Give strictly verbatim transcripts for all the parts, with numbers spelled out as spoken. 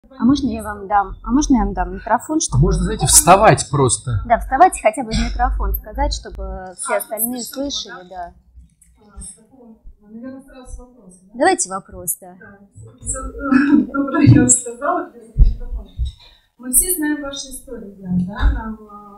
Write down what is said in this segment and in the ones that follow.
А можно я вам дам? А можно я вам дам микрофон, чтобы... А можно, знаете, вставать просто. Да, вставайте хотя бы в микрофон сказать, чтобы все остальные слышали, да. Наверное, сразу вопрос. Да? Давайте вопрос, да. Доброе, я уже сказала, без микрофона. Мы все знаем ваши истории, да? Нам,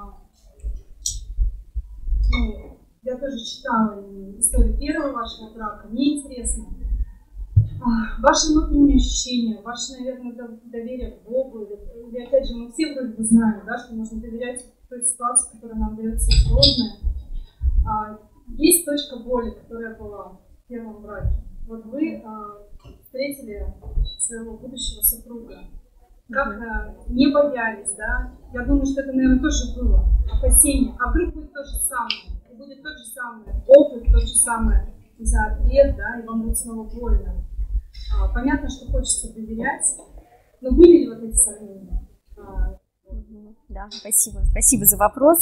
ну, я тоже читала историю первого вашего брака. Мне интересно. Ваши внутренние ощущения, ваше, наверное, доверие к Богу, или, опять же, мы все вроде бы знаем, да, что нужно доверять в той ситуации, которая нам дается сложная. А, есть точка боли, которая была в первом браке. Вот вы а, встретили своего будущего супруга. Как а, не боялись, да? Я думаю, что это, наверное, тоже было опасение. А вдруг будет то же самое, и будет тот же самый опыт, тот же самый, не знаю, ответ, да, и вам будет снова больно. Понятно, что хочется доверять, но были ли вот эти сомнения? Да, спасибо. Спасибо за вопрос.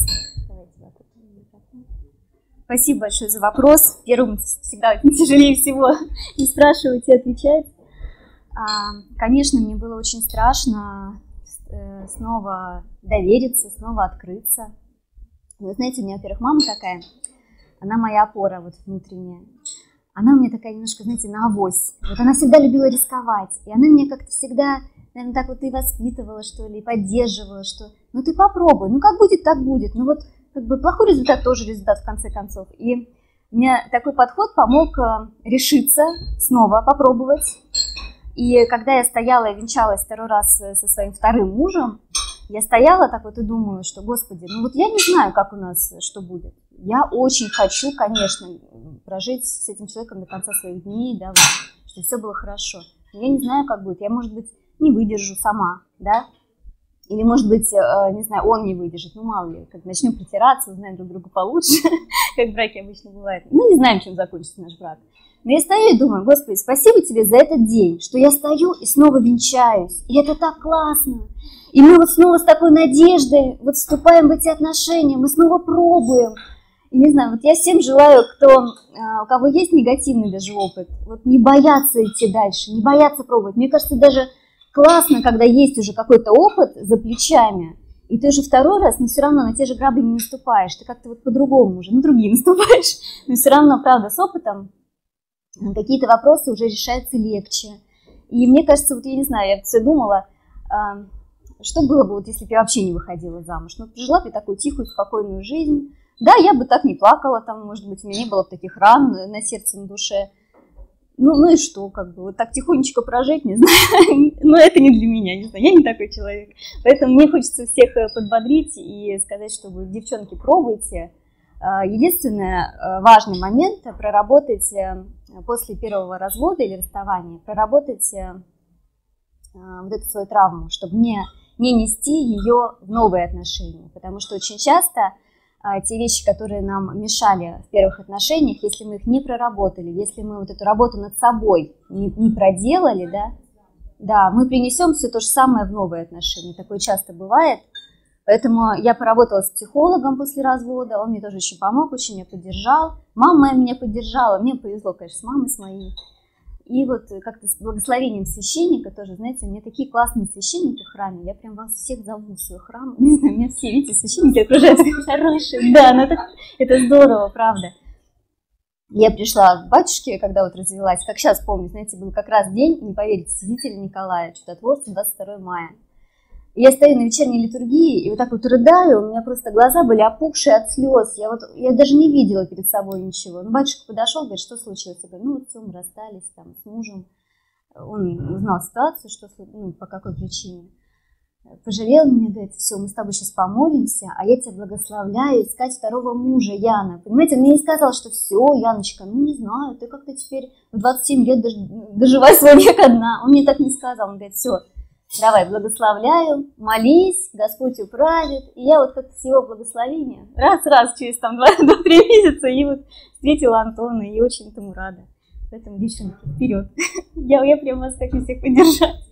Спасибо большое за вопрос. Первым всегда тяжелее всего не спрашивать и отвечать. Конечно, мне было очень страшно снова довериться, снова открыться. Вы знаете, у меня, во-первых, мама такая, она моя опора вот внутренняя. Она у меня такая немножко, знаете, на авось. Вот она всегда любила рисковать. И она меня как-то всегда, наверное, так вот и воспитывала, что ли, и поддерживала, что ну ты попробуй, ну как будет, так будет. Ну вот как бы плохой результат тоже результат в конце концов. И мне такой подход помог решиться снова попробовать. И когда я стояла и венчалась второй раз со своим вторым мужем, я стояла так вот и думаю, что, Господи, ну вот я не знаю, как у нас что будет. Я очень хочу, конечно, прожить с этим человеком до конца своих дней, да, вот, чтобы все было хорошо. Но я не знаю, как будет. Я, может быть, не выдержу сама, да, или, может быть, не знаю, он не выдержит. Ну, мало ли, как начнем притираться, узнаем друг друга получше, как в браке обычно бывает. Мы не знаем, чем закончится наш брак. Но я стою и думаю, Господи, спасибо тебе за этот день, что я стою и снова венчаюсь. И это так классно. И мы вот снова с такой надеждой вот вступаем в эти отношения, мы снова пробуем. И не знаю, вот я всем желаю, кто, у кого есть негативный даже опыт, вот не бояться идти дальше, не бояться пробовать. Мне кажется, даже классно, когда есть уже какой-то опыт за плечами, и ты уже второй раз, но все равно на те же грабли не наступаешь, ты как-то вот по-другому уже, на другие наступаешь, но все равно, правда, с опытом какие-то вопросы уже решаются легче. И мне кажется, вот я не знаю, я все думала, что было бы, вот, если бы я вообще не выходила замуж, ну, прожила бы я такую тихую, спокойную жизнь. Да, я бы так не плакала, там, может быть, у меня не было бы таких ран на сердце, на душе. Ну, ну и что, как бы, вот так тихонечко прожить, не знаю, но это не для меня, не знаю, я не такой человек. Поэтому мне хочется всех подбодрить и сказать, что вы, девчонки, пробуйте. Единственный важный момент – проработать после первого развода или расставания, проработать вот эту свою травму, чтобы не, не нести ее в новые отношения. Потому что очень часто те вещи, которые нам мешали в первых отношениях, если мы их не проработали, если мы вот эту работу над собой не, не проделали, да, да, мы принесем все то же самое в новые отношения. Такое часто бывает. Поэтому я поработала с психологом после развода, он мне тоже очень помог, очень меня поддержал. Мама моя меня поддержала, мне повезло, конечно, с мамой с моей. И вот как-то с благословением священника тоже, знаете, у меня такие классные священники в храме, я прям вас всех зову в свой храм. Не знаю, меня все, видите, священники окружают, хорошие. Да, ну это, это здорово, правда. Я пришла к батюшке, когда вот развелась, как сейчас помню, знаете, был как раз день, не поверите, святителя Николая, чудотворца, двадцать второе мая. И я стою на вечерней литургии и вот так вот рыдаю, у меня просто глаза были опухшие от слез, я вот я даже не видела перед собой ничего. Ну, батюшка подошел, говорит, что случилось? Я говорю, ну вот все, мы расстались там с мужем. Он узнал ситуацию, что, ну, по какой причине. Пожалел меня, говорит, все, мы с тобой сейчас помолимся, а я тебя благословляю искать второго мужа, Яна. Понимаете, он мне не сказал, что все, Яночка, ну не знаю, ты как-то теперь в двадцать семь лет доживай свой век одна. Он мне так не сказал, он говорит, все. Давай, благословляю, молись, Господь управит. И я вот как-то с его благословения раз-раз через там два-три месяца и вот встретила Антона и очень этому рада. Поэтому, девчонки, вперед. Я, я прям вас хочу всех поддержать.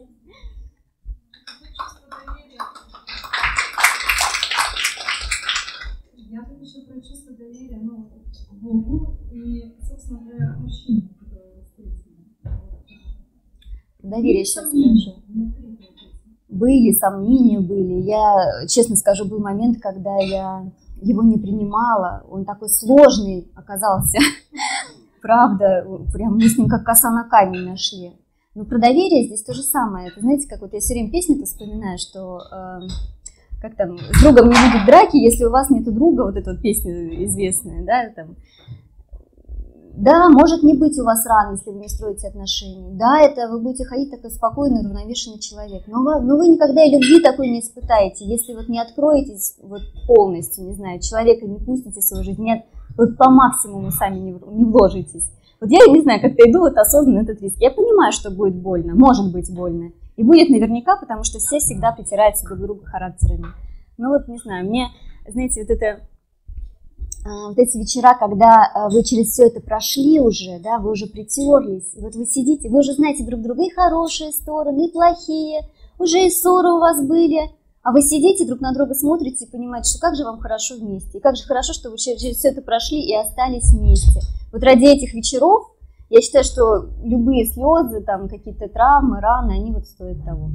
Я тут еще про чувство доверия, ну, Богу и, собственно говоря, мужчине, который встретил. Доверие сейчас скажу. были, сомнения были. Я, честно скажу, был момент, когда я его не принимала. Он такой сложный оказался. Правда, прям мы с ним как коса на камень нашли. Но про доверие здесь то же самое. Это, знаете, как вот я все время песню-то вспоминаю, что э, как там, с другом не будет драки, если у вас нет друга, вот эта вот песня известная, да, там. Да, может не быть у вас ран, если вы не строите отношения. Да, это вы будете ходить такой спокойный, уравновешенный человек. Но вы, но вы никогда и любви такой не испытаете, если вот не откроетесь вот полностью, не знаю, человека не пустите в свою жизнь, нет, вот по максимуму сами не, не вложитесь. Вот я не знаю, как-то иду вот осознанно этот риск. Я понимаю, что будет больно, может быть больно. И будет наверняка, потому что все всегда притираются друг к другу характерами. Ну вот, не знаю, мне, знаете, вот это... Вот эти вечера, когда вы через все это прошли уже, да, вы уже притерлись, и вот вы сидите, вы уже знаете друг друга и хорошие стороны, и плохие, уже и ссоры у вас были, а вы сидите друг на друга, смотрите и понимаете, что как же вам хорошо вместе, и как же хорошо, что вы через все это прошли и остались вместе. Вот ради этих вечеров я считаю, что любые слезы, там какие-то травмы, раны, они вот стоят того.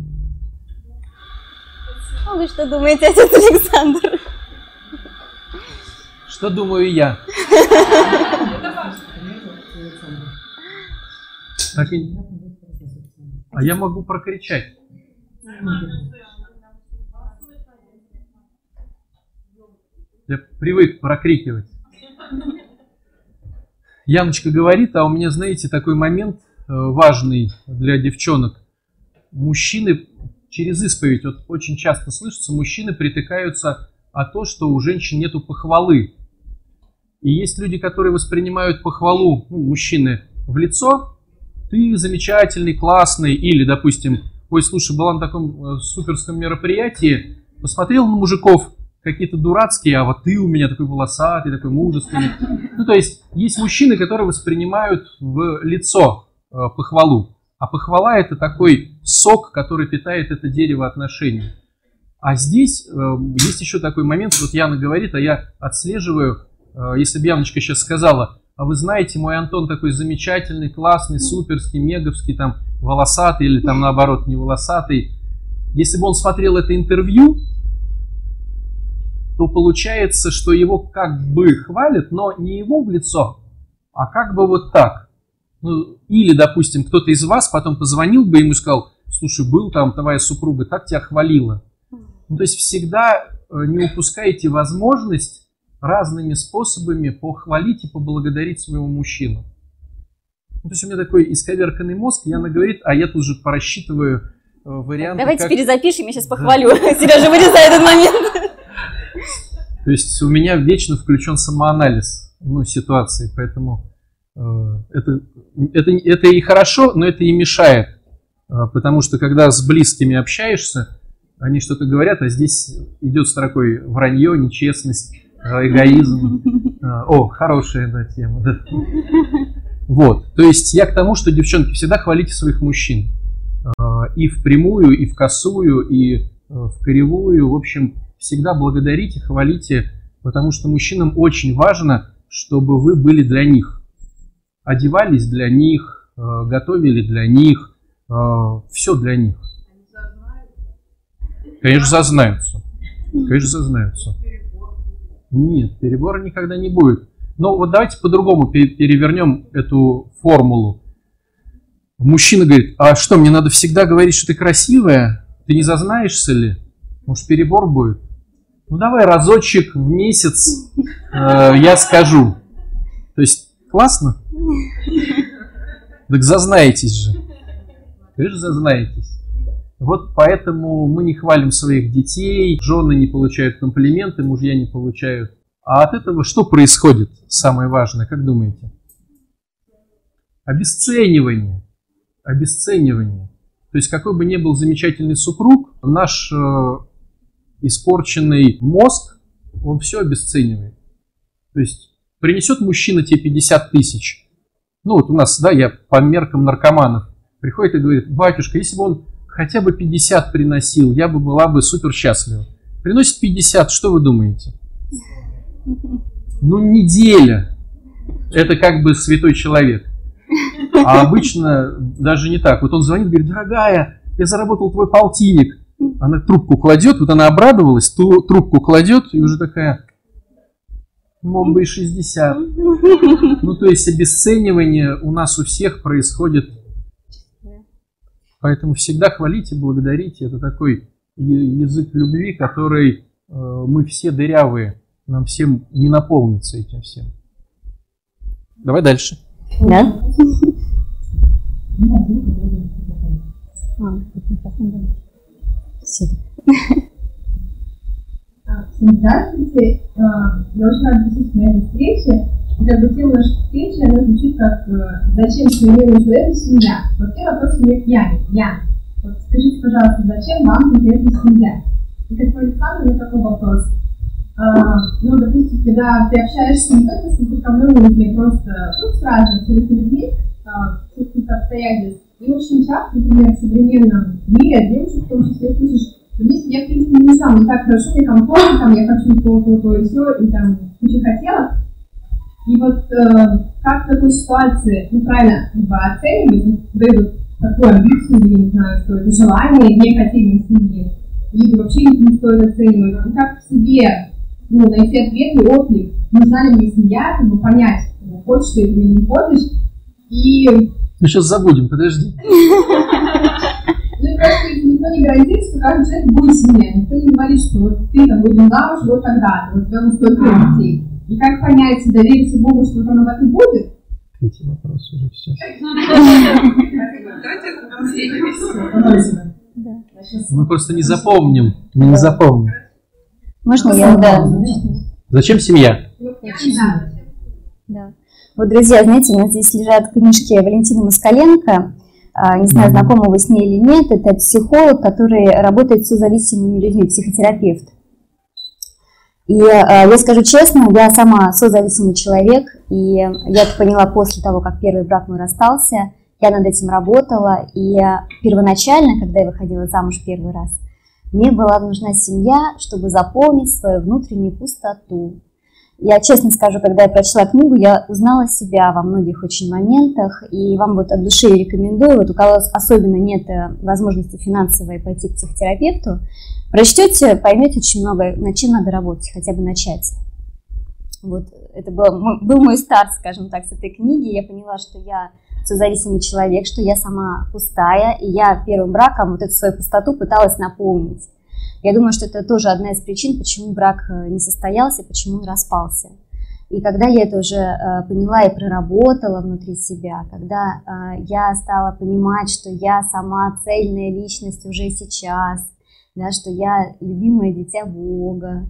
А вы что думаете, отец Александр? Что думаю я? Так и... А я могу прокричать. Я привык прокрикивать. Яночка говорит, а у меня, знаете, такой момент важный для девчонок. Мужчины через исповедь, вот очень часто слышится, мужчины притыкаются о том, что у женщин нету похвалы. И есть люди, которые воспринимают похвалу, ну, мужчины, в лицо. Ты замечательный, классный. Или, допустим, ой, слушай, была на таком суперском мероприятии, посмотрел на мужиков, какие-то дурацкие, а вот ты у меня такой волосатый, такой мужественный. Ну, то есть, есть мужчины, которые воспринимают в лицо э, похвалу. А похвала – это такой сок, который питает это дерево отношений. А здесь э, есть еще такой момент, вот Яна говорит, а я отслеживаю, э, если бы Яночка сейчас сказала, а вы знаете, мой Антон такой замечательный, классный, суперский, меговский, там, волосатый или там наоборот не волосатый. Если бы он смотрел это интервью, то получается, что его как бы хвалят, но не его в лицо, а как бы вот так. Ну, или, допустим, кто-то из вас потом позвонил бы ему и сказал, слушай, был там твоя супруга, так тебя хвалила. Ну, то есть всегда не упускайте возможность разными способами похвалить и поблагодарить своего мужчину. Ну, то есть у меня такой исковерканный мозг, Яна говорит, а я тут же просчитываю э, варианты. Давайте как... перезапишем, я сейчас похвалю. Да. Сережа, вырезай этот момент. То есть у меня вечно включен самоанализ, ну, ситуации, поэтому э, это, это, это и хорошо, но это и мешает. Э, потому что когда с близкими общаешься, они что-то говорят, а здесь идет строкой вранье, нечестность, эгоизм. О, хорошая, да, тема. Да. Вот. То есть я к тому, что, девчонки, всегда хвалите своих мужчин. И впрямую, и в косую, и в кривую. В общем, всегда благодарите, хвалите, потому что мужчинам очень важно, чтобы вы были для них. Одевались для них, готовили для них, все для них. Конечно, зазнаются. Конечно, зазнаются. Нет, перебора никогда не будет. Но вот давайте по-другому перевернем эту формулу. Мужчина говорит, а что, мне надо всегда говорить, что ты красивая? Ты не зазнаешься ли? Может, перебор будет? Ну, давай разочек в месяц э, я скажу. То есть, классно? Так зазнаетесь же. Вы же зазнаетесь. Вот поэтому мы не хвалим своих детей, жены не получают комплименты, мужья не получают. А от этого что происходит? Самое важное, как думаете? Обесценивание. Обесценивание. То есть какой бы ни был замечательный супруг, наш э, испорченный мозг, он все обесценивает. То есть принесет мужчина тебе пятьдесят тысяч. Ну вот у нас, да, я по меркам наркоманов. Приходит и говорит, батюшка, если бы он хотя бы пятьдесят приносил, я бы была бы супер счастлива. Приносит пятьдесят, что вы думаете? Ну, неделя. Это как бы святой человек. А обычно даже не так. Вот он звонит, говорит, дорогая, я заработал твой полтинник. она трубку кладет, вот она обрадовалась, ту, трубку кладет и уже такая, мог бы и шестьдесят. Ну, то есть обесценивание у нас у всех происходит. Поэтому всегда хвалите, благодарите. Это такой язык любви, который э, мы все дырявые. Нам всем не наполнится этим всем. Давай дальше. Да? Здравствуйте. Я очень рада присутствовать на этой встрече. И как бы тема нашей встречи, она звучит как «Зачем современному человеку семья?». Вот первый вопрос у меня к Яне. Яна, вот скажите, пожалуйста, зачем вам конкретно семья? И как Александр, у меня такой вопрос. А, ну, допустим, когда ты общаешься не только с незнакомыми людьми, просто ну, с разными абсолютно людьми, в каких-то обстоятельствах, и очень часто, например, в современном мире, девушек в том числе, слышишь, что здесь я, в принципе, не знаю, мне так хорошо, мне комфортно, там, я хочу то, то, то и все, и там куча хотела. И вот э, как в такой ситуации, ну, правильно, либо оценивать, дают такую амбицию, я не знаю, что это желание, не хотели семьи, либо вообще не стоит оценивать. И как в себе, ну, найти ответ и отклик, нужна ли мне семья, чтобы понять, хочешь ты этого или не хочешь, и... Мы сейчас забудем, подожди. Ну и просто никто не гарантирует, что каждый человек будет семья. Никто не говорит, что вот ты там будешь замуж вот тогда-то, вот прямо столько детей. И как понять, довериться Богу, что вот оно так и будет? Третий вопрос уже все. Мы просто не запомним. Мы не запомним. Можно я? Да. Зачем семья? Да. Вот, друзья, знаете, у нас здесь лежат книжки Валентины Москаленко. Не знаю, знакомы вы с ней или нет. Это психолог, который работает с созависимыми людьми, психотерапевт. И я скажу честно, я сама созависимый человек, и я это поняла после того, как первый брак мой расстался. Я над этим работала, и первоначально, когда я выходила замуж первый раз, мне была нужна семья, чтобы заполнить свою внутреннюю пустоту. Я честно скажу, когда я прочла книгу, я узнала себя во многих очень моментах, и вам вот от души рекомендую, вот у кого особенно нет возможности финансовой пойти к психотерапевту, прочтете, поймете очень много, над чем надо работать, хотя бы начать. Вот это был, был мой старт, скажем так, с этой книги. Я поняла, что я созависимый человек, что я сама пустая, и я первым браком вот эту свою пустоту пыталась наполнить. Я думаю, что это тоже одна из причин, почему брак не состоялся, почему он распался. И когда я это уже поняла и проработала внутри себя, когда я стала понимать, что я сама цельная личность уже сейчас, да, что я любимое дитя Бога,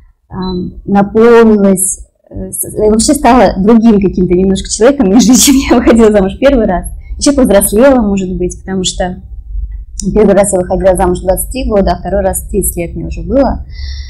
наполнилась, вообще стала другим каким-то немножко человеком, нежели чем я выходила замуж первый раз. Еще повзрослела, может быть, потому что первый раз я выходила замуж в двадцать три года, а второй раз тридцать лет мне уже было.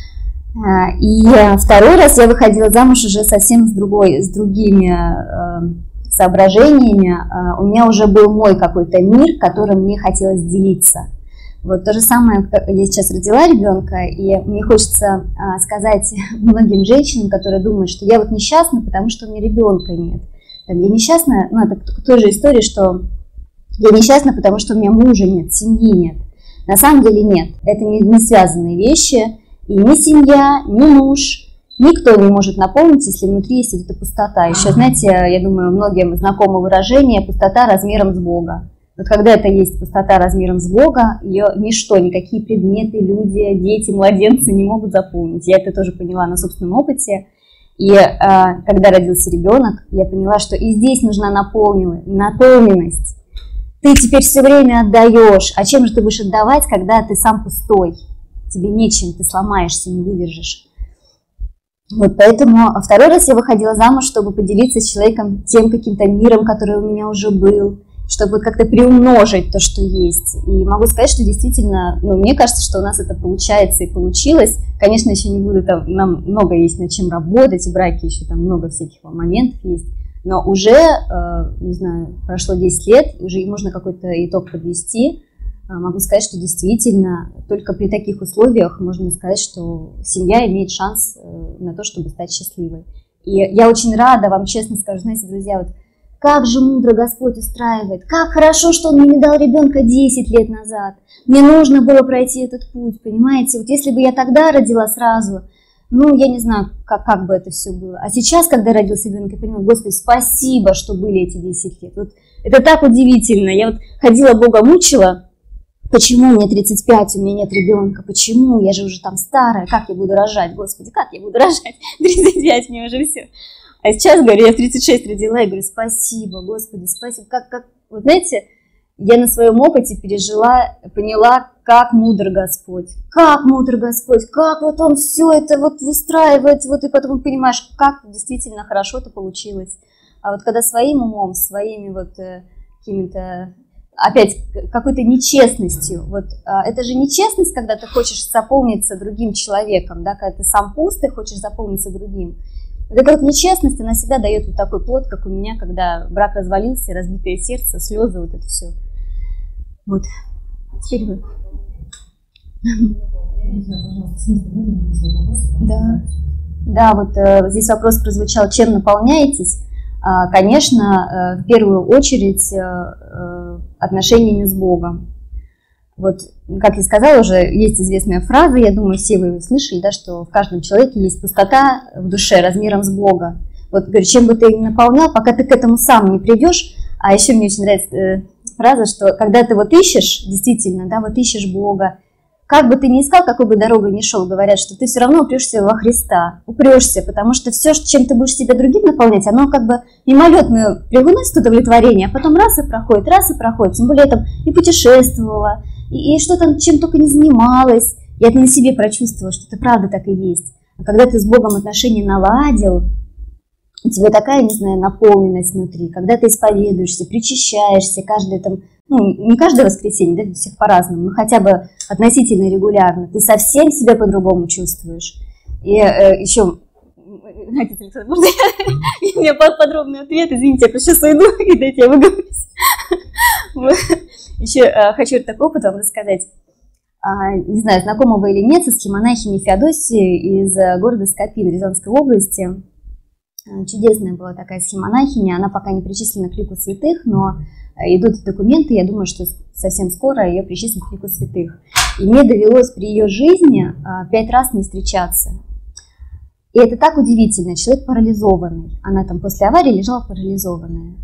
И второй раз я выходила замуж уже совсем с, другой, с другими соображениями. У меня уже был мой какой-то мир, которым мне хотелось делиться. Вот то же самое, я сейчас родила ребенка, и мне хочется а, сказать многим женщинам, которые думают, что я вот несчастна, потому что у меня ребенка нет. Там, я несчастна, ну это к той же истории, что я несчастна, потому что у меня мужа нет, семьи нет. На самом деле нет, это не, не связанные вещи, и ни семья, ни муж, никто не может наполнить, если внутри есть вот эта пустота. Еще, знаете, я думаю, многим знакомо выражение «пустота размером с Бога». Вот когда это есть пустота размером с Бога, ее ничто, никакие предметы, люди, дети, младенцы не могут заполнить. Я это тоже поняла на собственном опыте. И э, когда родился ребенок, я поняла, что и здесь нужна наполненность. Ты теперь все время отдаешь. А чем же ты будешь отдавать, когда ты сам пустой? Тебе нечем, ты сломаешься, не выдержишь. Вот поэтому второй раз я выходила замуж, чтобы поделиться с человеком тем каким-то миром, который у меня уже был, чтобы как-то приумножить то, что есть. И могу сказать, что действительно, ну, мне кажется, что у нас это получается и получилось. Конечно, еще не буду, там, нам много есть над чем работать, в браке еще там много всяких моментов есть. Но уже, э, не знаю, прошло десять лет, уже можно какой-то итог подвести. Могу сказать, что действительно только при таких условиях можно сказать, что семья имеет шанс на то, чтобы стать счастливой. И я очень рада, вам честно скажу, знаете, друзья, вот как же мудро Господь устраивает, как хорошо, что Он мне не дал ребенка десять лет назад. Мне нужно было пройти этот путь, понимаете? Вот если бы я тогда родила сразу, ну, я не знаю, как, как бы это все было. А сейчас, когда родился ребенок, я понимаю, Господи, спасибо, что были эти десять лет. Вот это так удивительно. Я вот ходила, Бога мучила. Почему мне тридцать пять, у меня нет ребенка? Почему? Я же уже там старая. Как я буду рожать? Господи, как я буду рожать? тридцать пять, мне уже все. А сейчас, говорю, я в тридцать шесть родила, и говорю, спасибо, Господи, спасибо. Как, как, вот знаете, я на своем опыте пережила, поняла, как мудр Господь. Как мудр Господь, как вот Он все это вот выстраивает, вот и потом понимаешь, как действительно хорошо это получилось. А вот когда своим умом, своими вот э, какими-то, опять, какой-то нечестностью, вот э, это же нечестность, когда ты хочешь заполниться другим человеком, да, когда ты сам пуст, ты хочешь заполниться другим. Вот эта вот нечестность, она всегда дает вот такой плод, как у меня, когда брак развалился, разбитое сердце, слезы, вот это все. Вот. Теперь вы. Да. Да, вот э, здесь вопрос прозвучал, чем наполняетесь? А, конечно, э, в первую очередь э, э, отношениями с Богом. Вот, как я сказала уже, есть известная фраза, я думаю, все вы слышали, да, что в каждом человеке есть пустота в душе размером с Бога. Вот, говорю, чем бы ты ни наполнял, пока ты к этому сам не придешь. А еще мне очень нравится э, фраза, что когда ты вот ищешь, действительно, да, вот ищешь Бога, как бы ты ни искал, какой бы дорогой ни шел, говорят, что ты все равно упрешься во Христа, упрешься, потому что все, чем ты будешь себя другим наполнять, оно как бы мимолетно привносит удовлетворение, а потом раз и проходит, раз и проходит. Тем более я там и путешествовала, и, и что-то, чем только не занималась. Я это на себе прочувствовала, что это правда так и есть. А когда ты с Богом отношения наладил, у тебя такая, не знаю, наполненность внутри, когда ты исповедуешься, причащаешься, каждое там, ну, не каждое воскресенье, да, у всех по-разному, но хотя бы относительно регулярно, ты совсем себя по-другому чувствуешь. И э, еще, знаете, Александр, можно я, у меня подробный ответ, извините, я просто сейчас уйду, и дайте я выговорюсь. Еще хочу такой опыт вам рассказать. Не знаю, знакомы вы или нет, со схимонахиней Феодосией из города Скопин, Рязанской области. Чудесная была такая схимонахиня, она пока не причислена к лику святых, но идут документы, я думаю, что совсем скоро ее причислят к лику святых. И мне довелось при ее жизни пять раз не встречаться. И это так удивительно, человек парализованный, она там после аварии лежала парализованная.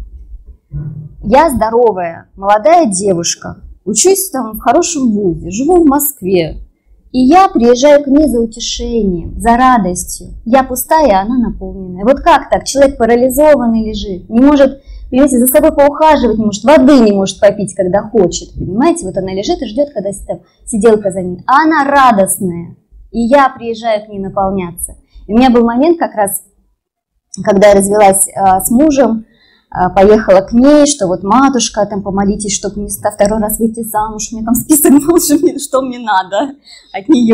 Я здоровая, молодая девушка, учусь там в хорошем вузе, живу в Москве. И я приезжаю к ней за утешением, за радостью. Я пустая, а она наполненная. Вот как так? Человек парализованный лежит, не может, понимаете, за собой поухаживать не может, воды не может попить, когда хочет. Понимаете, вот она лежит и ждет, когда там сиделка за ней. А она радостная. И я приезжаю к ней наполняться. И у меня был момент как раз, когда я развелась а, с мужем, поехала к ней, что вот матушка, там помолитесь, чтобы мне второй раз выйти замуж, у меня там список был, что мне надо от нее.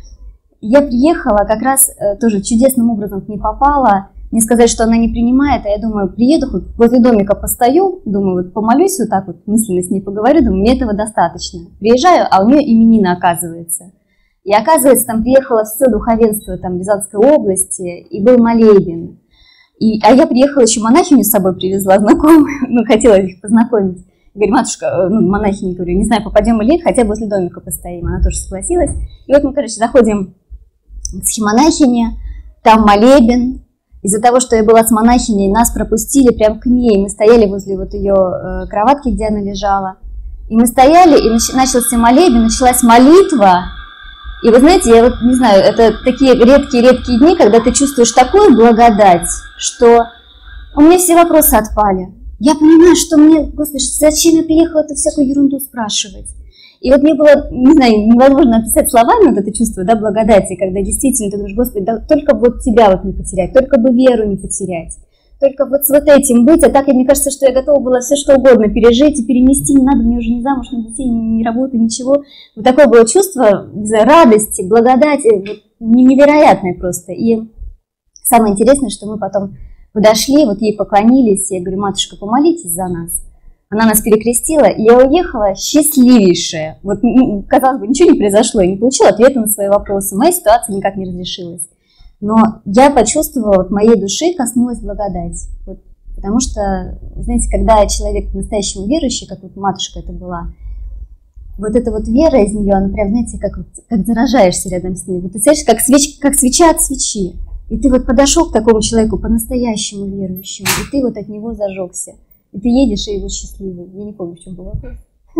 Я приехала, как раз тоже чудесным образом к ней попала, мне сказали, что она не принимает, а я думаю, приеду, хоть возле домика постою, думаю, вот помолюсь, вот так вот мысленно с ней поговорю, думаю, мне этого достаточно. Приезжаю, а у нее именины оказывается. И оказывается, там приехало все духовенство там, Рязанской области, и был молебен. И, а я приехала, еще монахиню с собой привезла, знакомую, ну, хотела их познакомить. Говорю, матушка, ну, монахиня, говорю, не знаю, попадем или нет, хотя возле домика постоим. Она тоже согласилась. И вот мы, короче, заходим к схимонахине, там молебен. Из-за того, что я была с монахиней, нас пропустили прямо к ней. Мы стояли возле вот ее э, кроватки, где она лежала. И мы стояли, и нач- начался молебен, началась молитва. И вы знаете, я вот не знаю, это такие редкие-редкие дни, когда ты чувствуешь такую благодать, что у меня все вопросы отпали. Я понимаю, что мне, Господи, зачем я приехала эту всякую ерунду спрашивать? И вот мне было, не знаю, невозможно описать словами вот это чувство, да, благодати, когда действительно ты думаешь, Господи, да только вот тебя вот не потерять, только бы веру не потерять. Только вот с вот этим быть, а так, мне кажется, что я готова была все что угодно пережить и перенести, не надо мне уже ни замуж, ни детей, ни, ни работы, ничего. Вот такое было чувство, не знаю, радости, благодати, вот, невероятное просто. И самое интересное, что мы потом подошли, вот ей поклонились, я говорю, матушка, помолитесь за нас. Она нас перекрестила, и я уехала счастливейшая. Вот, казалось бы, ничего не произошло, я не получила ответа на свои вопросы, моя ситуация никак не разрешилась. Но я почувствовала, вот моей души коснулась благодать. Вот, Потому что, знаете, когда человек по-настоящему верующий, как вот матушка это была, вот эта вот вера из нее, она прям, знаете, как, вот, как заражаешься рядом с ней. Вот ты знаешь, как, свеч, как свеча от свечи. И ты вот подошел к такому человеку, по-настоящему верующему, и ты вот от него зажегся. И ты едешь, и его счастливый. Я не помню, в чем был вопрос.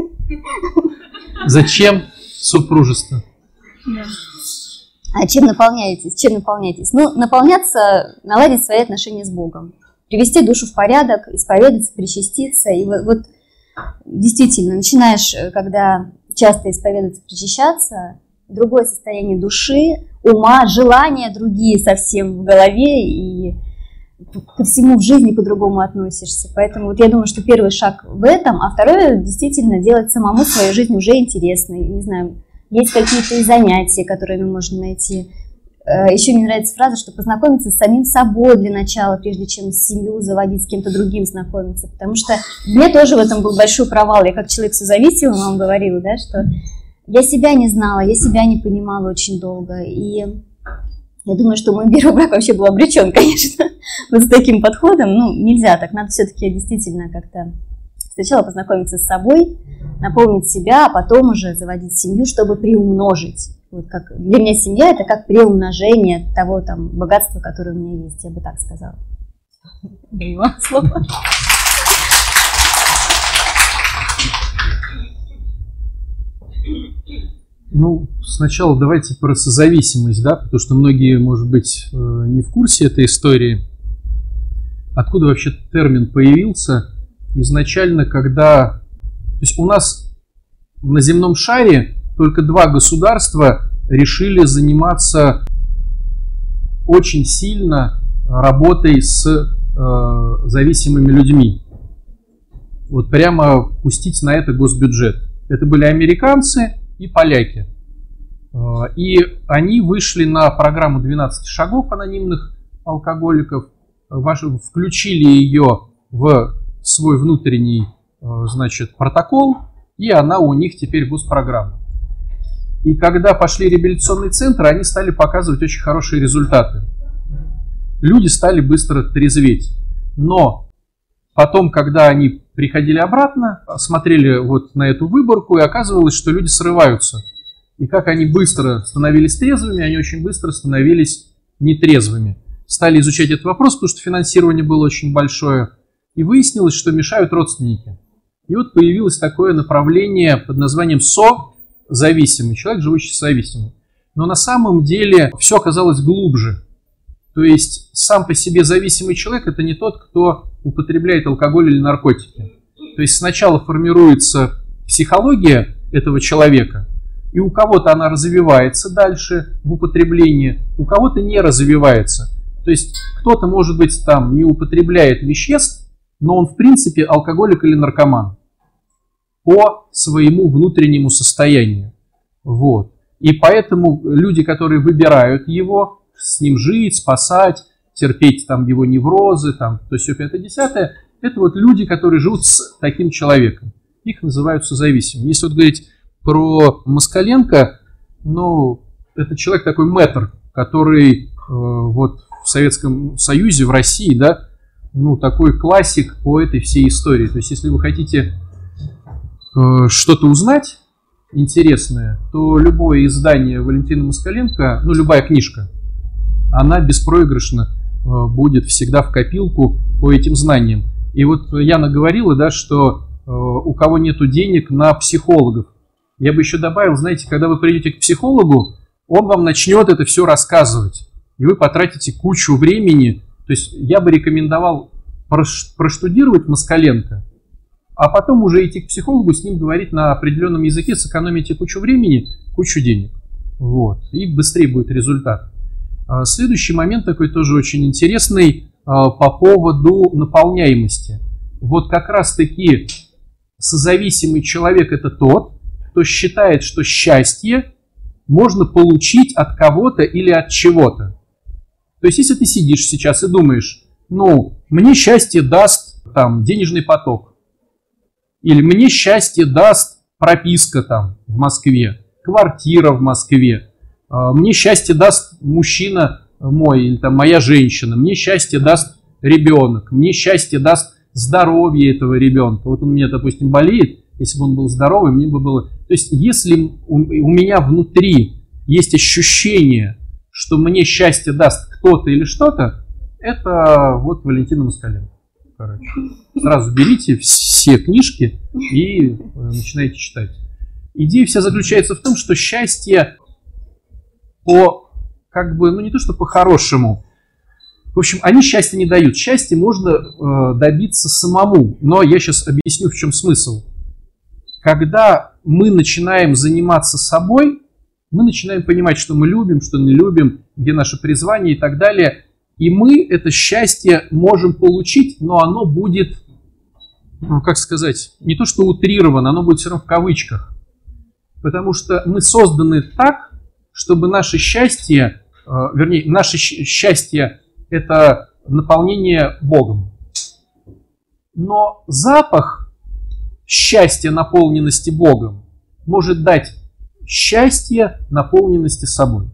Зачем супружество? Да. А чем наполняетесь? Чем наполняетесь? Ну, наполняться, наладить свои отношения с Богом. Привести душу в порядок, исповедаться, причаститься. И вот, вот действительно, начинаешь, когда часто исповедаться, причащаться, другое состояние души, ума, желания другие совсем в голове, и ко всему в жизни по-другому относишься. Поэтому вот я думаю, что первый шаг в этом, а второе, действительно, делать самому свою жизнь уже интересной. Не знаю, есть какие-то и занятия, которыми можно найти. Еще мне нравится фраза, что познакомиться с самим собой для начала, прежде чем семью заводить, с кем-то другим знакомиться. Потому что мне тоже в этом был большой провал. Я как человек созависимый вам говорила, да, что я себя не знала, я себя не понимала очень долго. И я думаю, что мой первый брак вообще был обречен, конечно, вот с таким подходом. Ну, нельзя так, надо все-таки действительно как-то сначала познакомиться с собой, наполнить себя, а потом уже заводить семью, чтобы приумножить. Вот как для меня семья – это как приумножение того там богатства, которое у меня есть, я бы так сказала. Даю вам слово. Ну, сначала давайте про созависимость, да, потому что многие, может быть, не в курсе этой истории. Откуда вообще термин появился? Изначально, когда... То есть у нас на земном шаре только два государства решили заниматься очень сильно работой с э, зависимыми людьми. Вот прямо пустить на это госбюджет. Это были американцы и поляки. И они вышли на программу двенадцать шагов анонимных алкоголиков, включили ее в свой внутренний, значит, протокол, и она у них теперь госпрограмма. И когда пошли реабилитационные центры, они стали показывать очень хорошие результаты. Люди стали быстро трезветь. Но потом, когда они приходили обратно, смотрели вот на эту выборку, и оказывалось, что люди срываются. И как они быстро становились трезвыми, они очень быстро становились нетрезвыми. Стали изучать этот вопрос, потому что финансирование было очень большое. И выяснилось, что мешают родственники. И вот появилось такое направление под названием созависимый, человек, живущий созависимым. Но на самом деле все оказалось глубже. То есть сам по себе зависимый человек – это не тот, кто употребляет алкоголь или наркотики. То есть сначала формируется психология этого человека, и у кого-то она развивается дальше в употреблении, у кого-то не развивается. То есть кто-то, может быть, там не употребляет веществ, но он в принципе алкоголик или наркоман по своему внутреннему состоянию. Вот. И поэтому люди, которые выбирают его, с ним жить, спасать, терпеть там его неврозы, там, то все пятое-десятое, это вот люди, которые живут с таким человеком. Их называют созависимыми. Если вот говорить про Москаленко, ну, это человек такой мэтр, который э, вот в Советском Союзе, в России, да, ну, такой классик по этой всей истории. То есть, если вы хотите э, что-то узнать интересное, то любое издание Валентина Москаленко, ну, любая книжка, она беспроигрышно э, будет всегда в копилку по этим знаниям. И вот Яна говорила, да, что э, у кого нету денег на психологов. Я бы еще добавил, знаете, когда вы придете к психологу, он вам начнет это все рассказывать. И вы потратите кучу времени. То есть я бы рекомендовал проштудировать Москаленко, а потом уже идти к психологу, с ним говорить на определенном языке, сэкономите кучу времени, кучу денег. Вот. И быстрее будет результат. Следующий момент такой тоже очень интересный по поводу наполняемости. Вот как раз таки созависимый человек – это тот, кто считает, что счастье можно получить от кого-то или от чего-то. То есть, если ты сидишь сейчас и думаешь, ну, мне счастье даст там денежный поток, или мне счастье даст прописка там в Москве, квартира в Москве, мне счастье даст мужчина мой или там моя женщина, мне счастье даст ребенок, мне счастье даст здоровье этого ребенка. Вот он у меня, допустим, болеет, если бы он был здоровый, мне бы было... То есть, если у, у меня внутри есть ощущение, что мне счастье даст кто-то или что-то, это вот Валентина Москаленко. Короче. Сразу берите все книжки и начинайте читать. Идея вся заключается в том, что счастье по, как бы, ну не то что по-хорошему, в общем, они счастья не дают. Счастье можно э, добиться самому, но я сейчас объясню, в чем смысл. Когда мы начинаем заниматься собой, мы начинаем понимать, что мы любим, что не любим, где наше призвание и так далее. И мы это счастье можем получить, но оно будет, ну, как сказать, не то что утрировано, оно будет все равно в кавычках. Потому что мы созданы так, чтобы наше счастье, э, вернее, наше счастье – это наполнение Богом. Но запах счастья, наполненности Богом, может дать счастье, наполненности собой.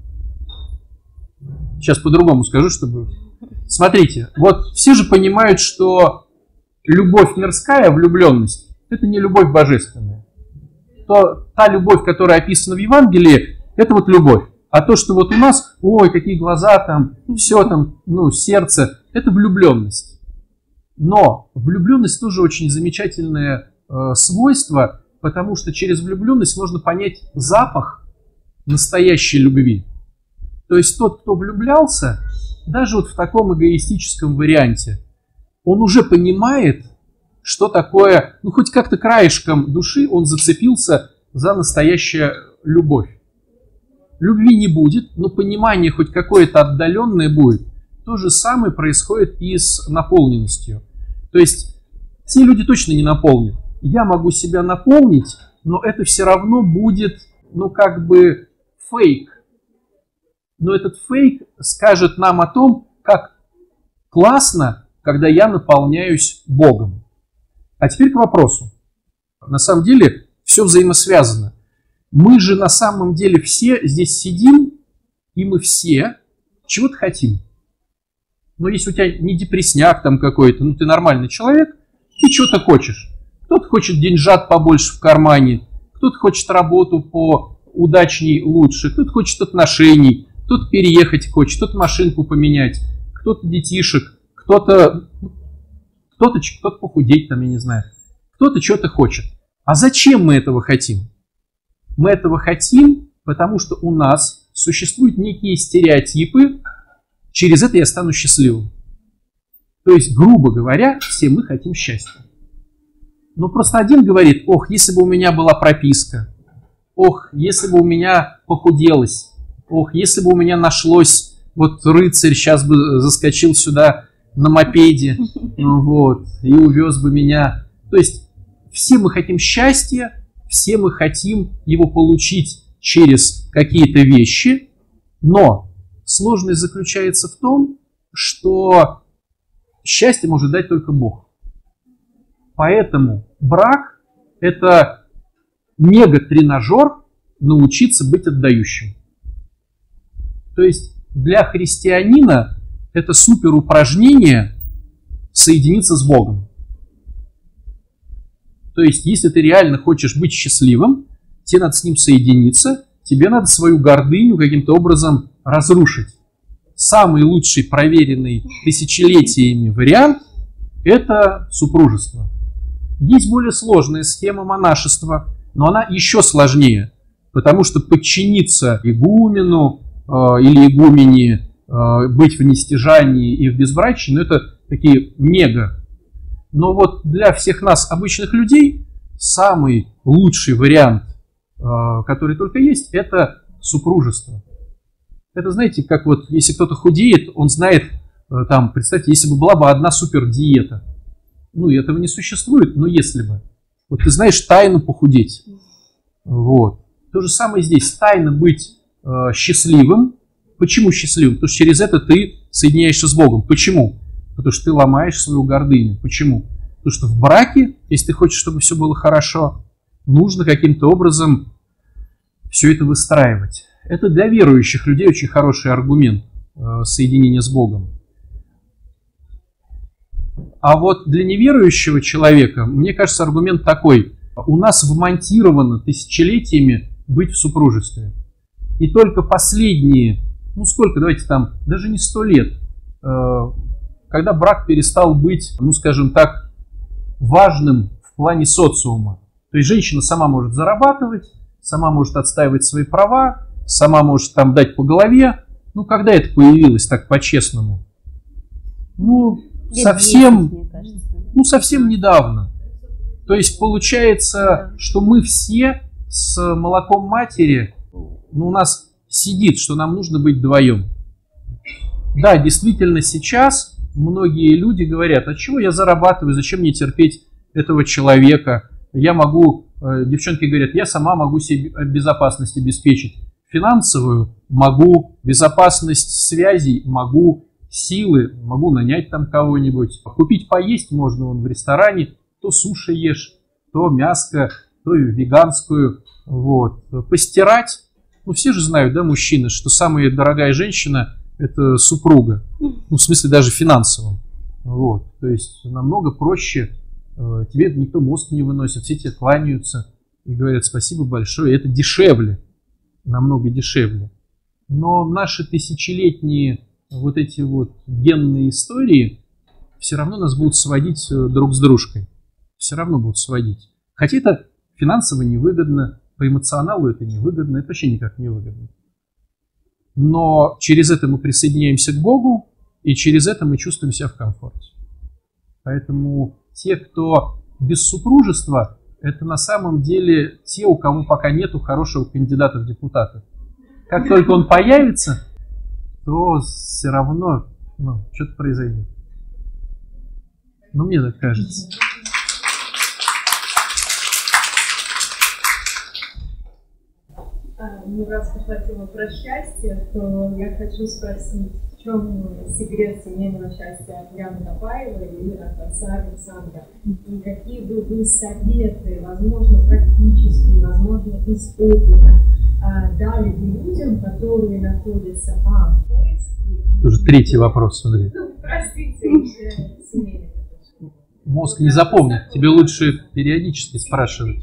Сейчас по-другому скажу, чтобы... Смотрите, вот все же понимают, что любовь мирская, влюбленность, это не любовь божественная. То, та любовь, которая описана в Евангелии, это вот любовь. А то, что вот у нас, ой, какие глаза там, все там, ну, сердце, это влюбленность. Но влюбленность тоже очень замечательное э, свойство, потому что через влюбленность можно понять запах настоящей любви. То есть тот, кто влюблялся, даже вот в таком эгоистическом варианте, он уже понимает, что такое, ну хоть как-то краешком души он зацепился за настоящую любовь. Любви не будет, но понимание хоть какое-то отдаленное будет. То же самое происходит и с наполненностью. То есть те люди точно не наполнят. Я могу себя наполнить, но это все равно будет, ну как бы фейк. Но этот фейк скажет нам о том, как классно, когда я наполняюсь Богом. А теперь к вопросу. На самом деле все взаимосвязано. Мы же на самом деле все здесь сидим, и мы все чего-то хотим. Но если у тебя не депрессняк там какой-то, ну ты нормальный человек, ты чего-то хочешь. Кто-то хочет деньжат побольше в кармане, кто-то хочет работу по удачней лучше, кто-то хочет отношений, кто-то переехать хочет, кто-то машинку поменять, кто-то детишек, кто-то кто-то, кто-то похудеть там, я не знаю. Кто-то что-то хочет. А зачем мы этого хотим? Мы этого хотим, потому что у нас существуют некие стереотипы, через это я стану счастливым. То есть, грубо говоря, все мы хотим счастья. Но просто один говорит, ох, если бы у меня была прописка, ох, если бы у меня похуделось, ох, если бы у меня нашлось, вот рыцарь сейчас бы заскочил сюда на мопеде, ну вот, и увез бы меня. То есть, все мы хотим счастья, все мы хотим его получить через какие-то вещи, но сложность заключается в том, что счастье может дать только Бог. Поэтому брак – это мега-тренажер научиться быть отдающим. То есть для христианина это супер упражнение соединиться с Богом. То есть, если ты реально хочешь быть счастливым, тебе надо с ним соединиться, тебе надо свою гордыню каким-то образом разрушить. Самый лучший, проверенный тысячелетиями вариант – это супружество. Есть более сложная схема монашества, но она еще сложнее, потому что подчиниться игумену э, или игумене, э, быть в нестяжании и в безбрачии, ну это такие мега. Но вот для всех нас, обычных людей, самый лучший вариант, э, который только есть, это супружество. Это, знаете, как вот, если кто-то худеет, он знает, э, там, представьте, если бы была бы одна супер диета. Ну, этого не существует, но если бы. Вот ты знаешь тайну похудеть. Вот. То же самое здесь. Тайна быть э, счастливым. Почему счастливым? Потому что через это ты соединяешься с Богом. Почему? Потому что ты ломаешь свою гордыню. Почему? Потому что в браке, если ты хочешь, чтобы все было хорошо, нужно каким-то образом все это выстраивать. Это для верующих людей очень хороший аргумент э, соединения с Богом. А вот для неверующего человека, мне кажется, аргумент такой. У нас вмонтировано тысячелетиями быть в супружестве. И только последние, ну сколько, давайте там, даже не сто лет, когда брак перестал быть, ну скажем так, важным в плане социума. То есть женщина сама может зарабатывать, сама может отстаивать свои права, сама может там дать по голове. Ну когда это появилось так по-честному? Ну, совсем, ну, совсем недавно. То есть получается, что мы все с молоком матери, ну, у нас сидит, что нам нужно быть вдвоем. Да, действительно, сейчас многие люди говорят, а чего я зарабатываю, зачем мне терпеть этого человека? Я могу, девчонки говорят, я сама могу себе безопасность обеспечить. Финансовую могу, безопасность связей могу, силы, могу нанять там кого-нибудь. Купить поесть можно вон в ресторане, то суши ешь, то мяско, то веганскую. Вот. Постирать, ну все же знают, да, мужчины, что самая дорогая женщина – это супруга. Ну в смысле даже финансовом. Вот. То есть намного проще, тебе никто мозг не выносит, все тебе кланяются и говорят спасибо большое. Это дешевле, намного дешевле. Но наши тысячелетние вот эти вот генные истории все равно нас будут сводить друг с дружкой. Все равно будут сводить. Хотя это финансово невыгодно, по эмоционалу это невыгодно, это вообще никак не выгодно. Но через это мы присоединяемся к Богу, и через это мы чувствуем себя в комфорте. Поэтому те, кто без супружества, это на самом деле те, у кого пока нету хорошего кандидата в депутаты. Как только он появится, то все равно ну, что-то произойдет. Ну, мне так кажется. Ну, раз пошла тема про счастье, то я хочу спросить, в чем секрет семейного счастья от Яны Топаевой и от отца Александра? И какие бы вы советы, возможно, практические, возможно, из опыта, дали бы людям, которые находятся а, в поиске... Уже третий вопрос, смотри. Ну, простите, уже семейный. Мозг не запомнит, тебе лучше периодически спрашивать.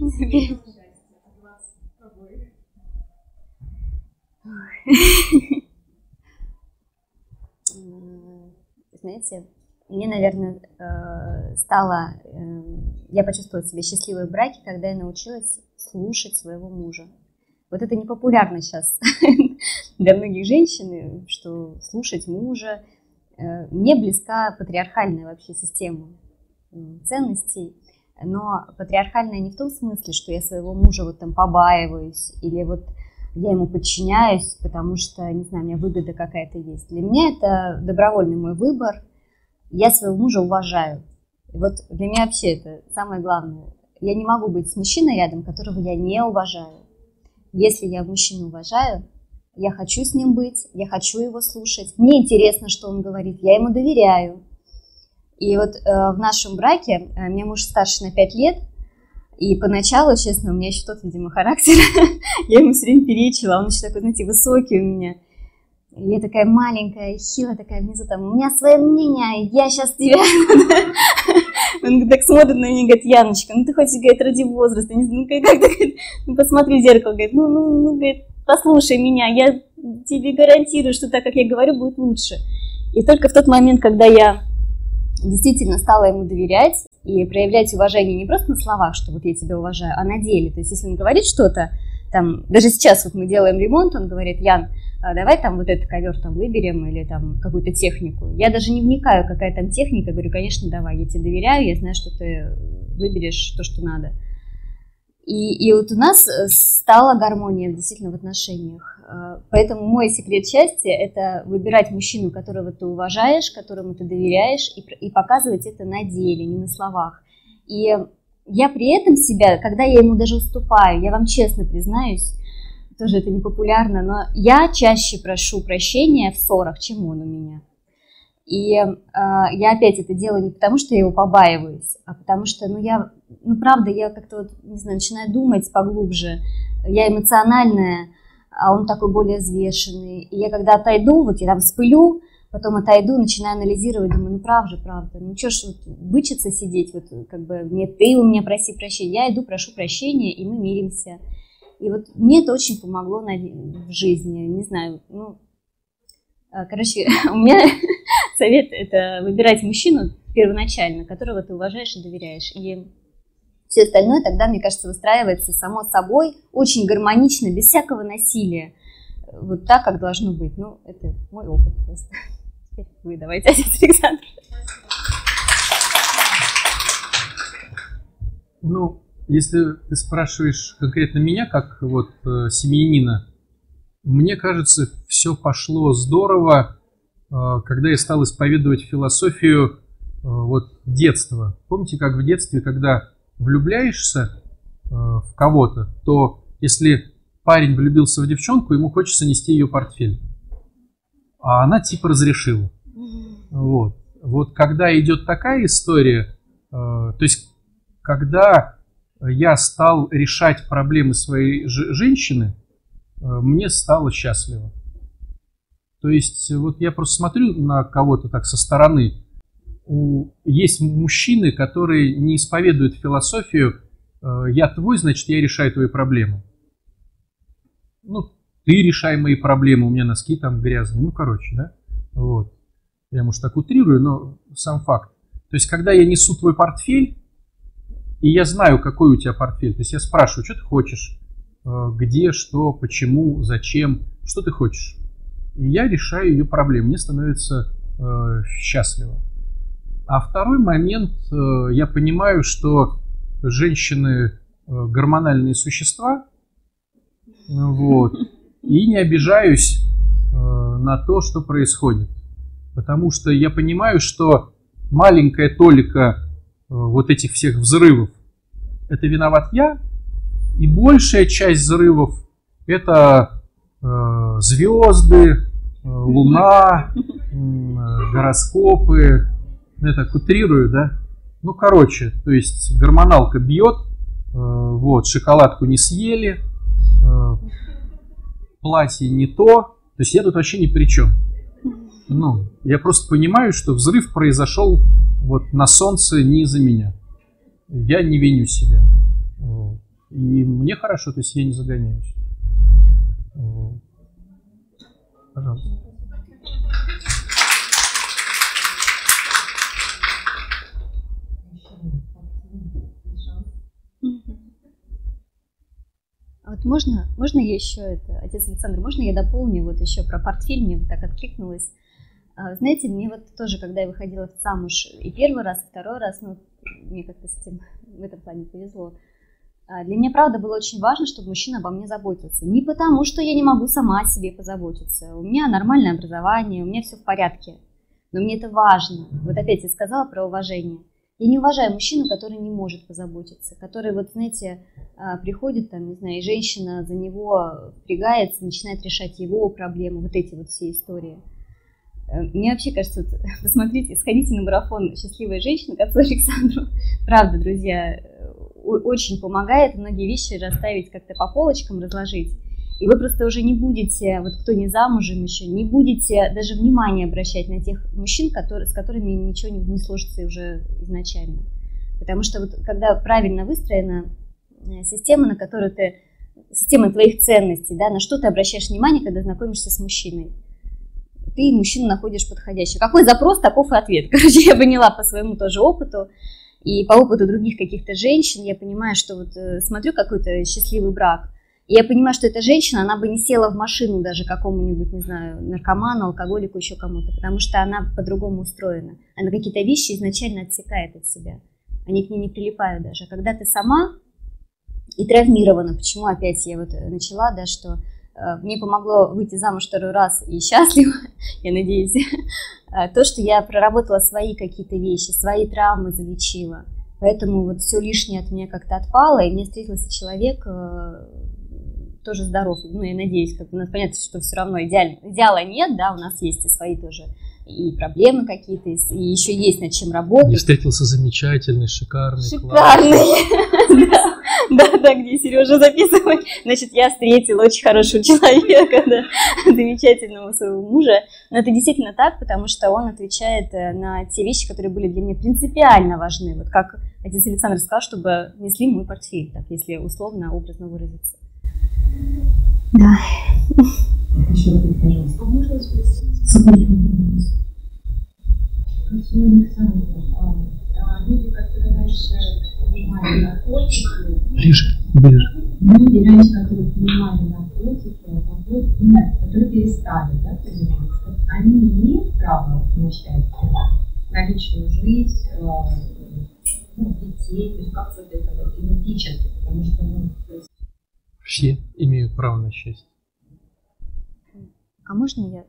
Знаете, мне, наверное, стало... Я почувствовала себя счастливой в браке, когда я научилась слушать своего мужа. Вот это не популярно сейчас для многих женщин, что слушать мужа. Мне близка патриархальная вообще система ценностей, но патриархальная не в том смысле, что я своего мужа вот там побаиваюсь или вот я ему подчиняюсь, потому что, не знаю, у меня выгода какая-то есть. Для меня это добровольный мой выбор. Я своего мужа уважаю. И вот для меня вообще это самое главное. Я не могу быть с мужчиной рядом, которого я не уважаю. Если я мужчину уважаю, я хочу с ним быть, я хочу его слушать. Мне интересно, что он говорит, я ему доверяю. И вот э, в нашем браке, э, мне муж старше на пять лет, и поначалу, честно, у меня еще тот, видимо, характер, я ему все время перечила, он еще такой, знаете, высокий у меня. И я такая маленькая, хилая такая внизу, там, у меня свое мнение, я сейчас тебя... Он так смотрит на меня и говорит, Яночка, ну ты хоть, говорит, ради возраста, не знаю, ну как ты, ну посмотри в зеркало, говорит, ну, ну, ну, говорит, послушай меня, я тебе гарантирую, что так, как я говорю, будет лучше. И только в тот момент, когда я действительно стала ему доверять и проявлять уважение не просто на словах, что вот я тебя уважаю, а на деле. То есть если он говорит что-то, там, даже сейчас вот мы делаем ремонт, он говорит, Ян, давай там вот этот ковер там выберем или там какую-то технику. Я даже не вникаю, какая там техника, говорю, конечно, давай, я тебе доверяю, я знаю, что ты выберешь то, что надо. И, и вот у нас стала гармония действительно в отношениях. Поэтому мой секрет счастья – это выбирать мужчину, которого ты уважаешь, которому ты доверяешь, и, и показывать это на деле, не на словах. И я при этом себя, когда я ему даже уступаю, я вам честно признаюсь, тоже это не популярно, но я чаще прошу прощения в ссорах, чем он у меня. И э, я опять это делаю не потому, что я его побаиваюсь, а потому что, ну, я, ну, правда, я как-то, вот, не знаю, начинаю думать поглубже, я эмоциональная, а он такой более взвешенный. И я когда отойду, вот я там вспылю, потом отойду, начинаю анализировать, думаю, ну правда, правда, ну что ж вот, бычиться сидеть, вот как бы мне ты у меня проси прощения, я иду, прошу прощения, и мы миримся. И вот мне это очень помогло на, в жизни, не знаю, ну, короче, у меня совет это выбирать мужчину первоначально, которого ты уважаешь и доверяешь, и все остальное тогда, мне кажется, выстраивается само собой, очень гармонично, без всякого насилия. Вот так, как должно быть. Ну, это мой опыт просто. Теперь вы давайте, отец Александр. Ну, если ты спрашиваешь конкретно меня, как вот э, семьянина, мне кажется, все пошло здорово, э, когда я стал исповедовать философию э, вот детства. Помните, как в детстве, когда влюбляешься э, в кого-то, то если парень влюбился в девчонку, ему хочется нести ее портфель. А она типа разрешила. Вот. Вот когда идет такая история, э, то есть когда я стал решать проблемы своей ж- женщины, э, мне стало счастливо. То есть вот я просто смотрю на кого-то так со стороны. У, есть мужчины, которые не исповедуют философию э, «я твой, значит, я решаю твои проблемы». Ну, ты решай мои проблемы, у меня носки там грязные. Ну, короче, да? Вот. Я, может, так утрирую, но сам факт. То есть, когда я несу твой портфель, и я знаю, какой у тебя портфель, то есть я спрашиваю, что ты хочешь, э, где, что, почему, зачем, что ты хочешь. И я решаю ее проблемы, мне становится э, счастливо. А второй момент, э, я понимаю, что женщины э, гормональные существа, вот, и не обижаюсь э, на то, что происходит. Потому что я понимаю, что маленькая толика э, вот этих всех взрывов, это виноват я, и большая часть взрывов это э, звезды, э, луна, э, гороскопы. Я так утрирую, да? Ну, короче, то есть гормоналка бьет, э, вот, шоколадку не съели, э, платье не то, то есть я тут вообще ни при чем. Ну, я просто понимаю, что взрыв произошел вот на солнце не из-за меня. Я не виню себя. Вот. И мне хорошо, то есть я не загоняюсь. Вот. Пожалуйста. Вот можно, можно я еще это, отец Александр, можно я дополню вот еще про портфель, мне так откликнулось. Знаете, мне вот тоже, когда я выходила замуж и первый раз, и второй раз, ну, мне как-то с этим в этом плане повезло. Для меня, правда, было очень важно, чтобы мужчина обо мне заботился. Не потому, что я не могу сама о себе позаботиться. У меня нормальное образование, у меня все в порядке. Но мне это важно. Вот опять я сказала про уважение. Я не уважаю мужчину, который не может позаботиться, который, вот, знаете, приходит, там, не знаю, и женщина за него впрягается, начинает решать его проблемы, вот эти вот все истории. Мне вообще кажется, вот, посмотрите, сходите на марафон «Счастливая женщина» к отцу Александру. Правда, друзья, очень помогает многие вещи расставить как-то по полочкам, разложить. И вы просто уже не будете, вот кто не замужем еще, не будете даже внимания обращать на тех мужчин, которые, с которыми ничего не, не сложится уже изначально. Потому что вот когда правильно выстроена система, на которую ты, система твоих ценностей, да, на что ты обращаешь внимание, когда знакомишься с мужчиной, ты мужчину находишь подходящего. Какой запрос, таков и ответ. Короче, я поняла по своему тоже опыту и по опыту других каких-то женщин, я понимаю, что вот смотрю какой-то счастливый брак, и я понимаю, что эта женщина, она бы не села в машину даже какому-нибудь, не знаю, наркоману, алкоголику, еще кому-то, потому что она по-другому устроена. Она какие-то вещи изначально отсекает от себя. Они к ней не прилипают даже. А когда ты сама и травмирована, почему опять я вот начала, да, что э, мне помогло выйти замуж второй раз и счастлива, я надеюсь, то, что я проработала свои какие-то вещи, свои травмы залечила. Поэтому вот все лишнее от меня как-то отпало, и мне встретился человек э, тоже здоров. Ну, я надеюсь, как у нас понятно, что все равно идеально, идеала нет, да, у нас есть и свои тоже и проблемы какие-то, и еще есть над чем работать. Мне встретился замечательный, шикарный, шикарный. Да, да, где Сережа записывает. Значит, я встретила очень хорошего человека, да, замечательного своего мужа. Но это действительно так, потому что он отвечает на те вещи, которые были для меня принципиально важны. Вот как отец Александр сказал, чтобы несли мой портфель, так, если условно, образно выразиться. Да. Еще раз, пожалуйста. А можно спросить? Люди, которые раньше принимали наркотики, ближе, ближе. Люди раньше, которые принимали наркотики, нет, которые перестали, да, принимать, они имеют право на счастье, на личную жизнь, ну, детей, то есть как вот это вот генетически, потому что, ну, то есть... Все имеют право на счастье. А можно я?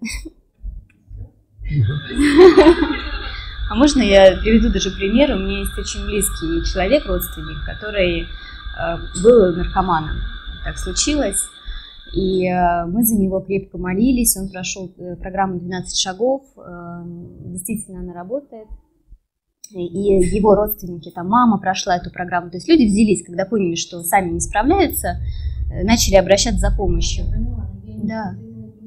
А можно я приведу даже пример? У меня есть очень близкий человек, родственник, который э, был наркоманом. Так случилось. И э, мы за него крепко молились. Он прошел э, программу двенадцать шагов. Э, действительно, она работает. И его родственники, там мама прошла эту программу. То есть люди взялись, когда поняли, что сами не справляются, э, начали обращаться за помощью. Да.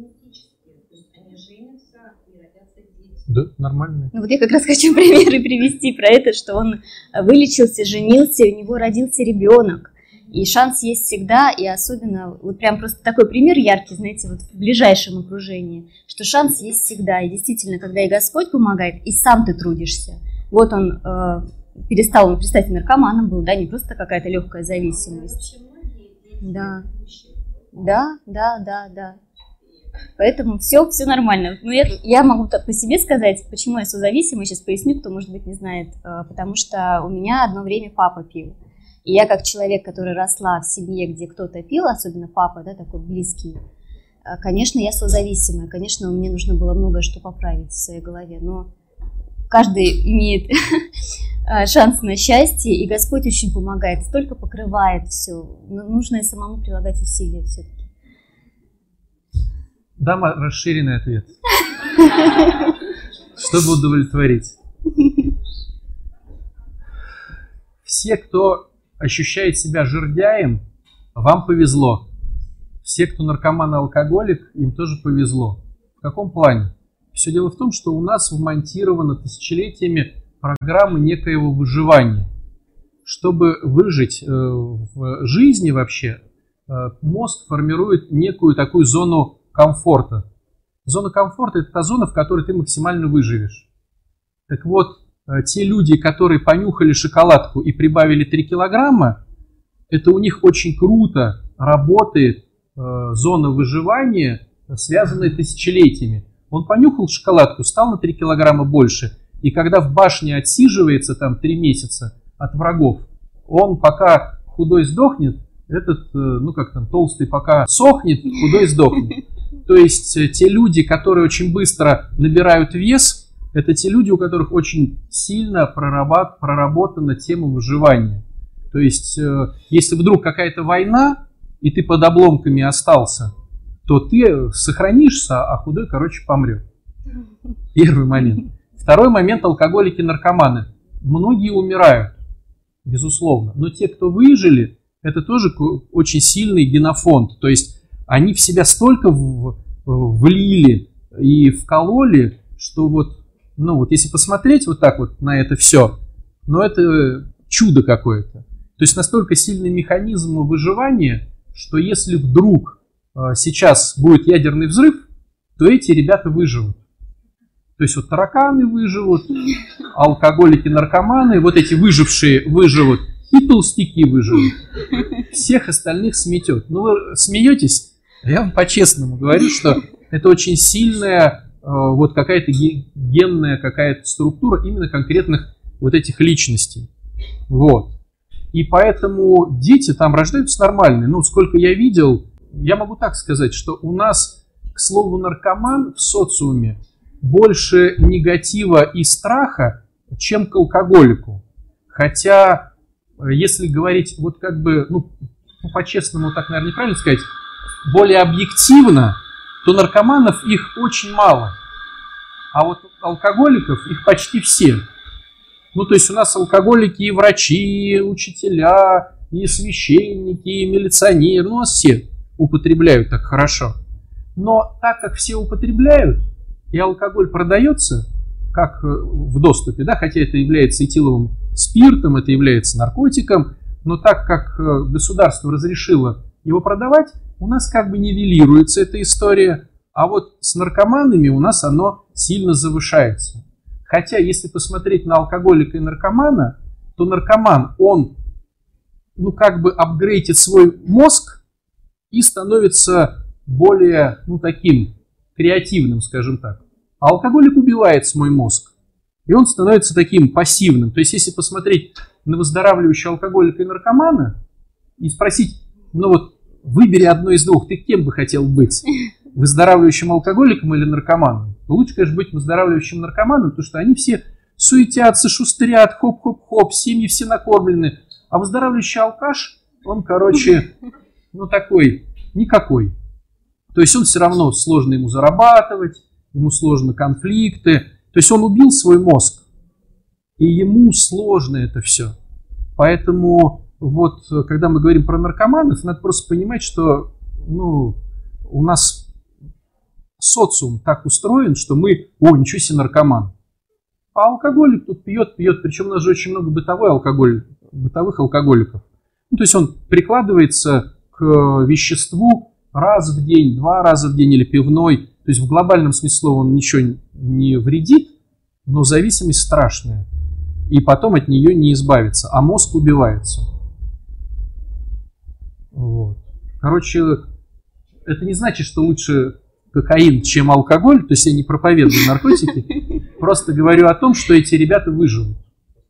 Да, нормально. Ну вот я как раз хочу примеры привести про это, что он вылечился, женился, у него родился ребенок. И шанс есть всегда, и особенно, вот прям просто такой пример яркий, знаете, вот в ближайшем окружении, что шанс есть всегда. И действительно, когда и Господь помогает, и сам ты трудишься. Вот он э, перестал, он, представьте, наркоманом был, да, не просто какая-то легкая зависимость. Да, да, да, да, да. Поэтому все, все нормально. Но я, я могу по себе сказать, почему я созависимая, сейчас поясню, кто, может быть, не знает. Потому что у меня одно время папа пил. И я как человек, который росла в семье, где кто-то пил, особенно папа, да, такой близкий, конечно, я созависимая. Конечно, мне нужно было многое что поправить в своей голове. Но каждый имеет шанс на счастье, и Господь очень помогает, столько покрывает все. Но нужно и самому прилагать усилия все-таки. Дам расширенный ответ. Чтобы удовлетворить. Все, кто ощущает себя жердяем, вам повезло. Все, кто наркоман и алкоголик, им тоже повезло. В каком плане? Все дело в том, что у нас вмонтирована тысячелетиями программа некоего выживания. Чтобы выжить в жизни вообще, мозг формирует некую такую зону комфорта. Зона комфорта – это та зона, в которой ты максимально выживешь. Так вот, те люди, которые понюхали шоколадку и прибавили три килограмма, это у них очень круто работает э, зона выживания, связанная тысячелетиями. Он понюхал шоколадку, стал на три килограмма больше, и когда в башне отсиживается там три месяца от врагов, он пока худой сдохнет, этот, э, ну как там, толстый пока сохнет, худой сдохнет. То есть те люди, которые очень быстро набирают вес, это те люди, у которых очень сильно проработ, проработана тема выживания. То есть если вдруг какая-то война, и ты под обломками остался, то ты сохранишься, а худой, короче, помрет. Первый момент. Второй момент – алкоголики-наркоманы. Многие умирают, безусловно. Но те, кто выжили, это тоже очень сильный генофонд. То есть они в себя столько в, влили и вкололи, что вот, ну вот если посмотреть вот так вот на это все, ну это чудо какое-то. То есть настолько сильный механизм выживания, что если вдруг э, сейчас будет ядерный взрыв, то эти ребята выживут. То есть вот тараканы выживут, алкоголики, наркоманы, вот эти выжившие выживут, и толстяки выживут. Всех остальных сметет. Ну вы смеетесь? Я вам по-честному говорю, что это очень сильная э, вот какая-то генная какая-то структура именно конкретных вот этих личностей. Вот. И поэтому дети там рождаются нормальные. Ну, сколько я видел, я могу так сказать, что у нас, к слову, наркоман в социуме больше негатива и страха, чем к алкоголику. Хотя, если говорить вот как бы, ну, по-честному так, наверное, неправильно сказать, более объективно, то наркоманов их очень мало, а вот алкоголиков их почти все. Ну, то есть у нас алкоголики и врачи, и учителя, и священники, и милиционеры, ну, у нас все употребляют так хорошо. Но так как все употребляют, и алкоголь продается, как в доступе, да, хотя это является этиловым спиртом, это является наркотиком, но так как государство разрешило его продавать, у нас как бы нивелируется эта история, а вот с наркоманами у нас оно сильно завышается. Хотя, если посмотреть на алкоголика и наркомана, то наркоман, он, ну, как бы апгрейдит свой мозг и становится более, ну, таким креативным, скажем так. А алкоголик убивает свой мозг, и он становится таким пассивным. То есть, если посмотреть на выздоравливающего алкоголика и наркомана и спросить, ну вот, выбери одно из двух, ты кем бы хотел быть? Выздоравливающим алкоголиком или наркоманом? Лучше, конечно, быть выздоравливающим наркоманом, потому что они все суетятся, шустрят, хоп-хоп-хоп, семьи все накормлены. А выздоравливающий алкаш, он, короче, ну такой, никакой. То есть он все равно сложно ему зарабатывать, ему сложно конфликты. То есть он убил свой мозг, и ему сложно это все. Поэтому вот, когда мы говорим про наркоманов, надо просто понимать, что, ну, у нас социум так устроен, что мы, о, ничего себе, наркоман. А алкоголик тут пьет, пьет, причем у нас же очень много бытовой алкоголь, бытовых алкоголиков. Ну, то есть он прикладывается к веществу раз в день, два раза в день или пивной. То есть в глобальном смысле слова он ничего не вредит, но зависимость страшная. И потом от нее не избавиться, а мозг убивается. Вот. Короче, это не значит, что лучше кокаин, чем алкоголь, то есть я не проповедую наркотики, просто говорю о том, что эти ребята выживут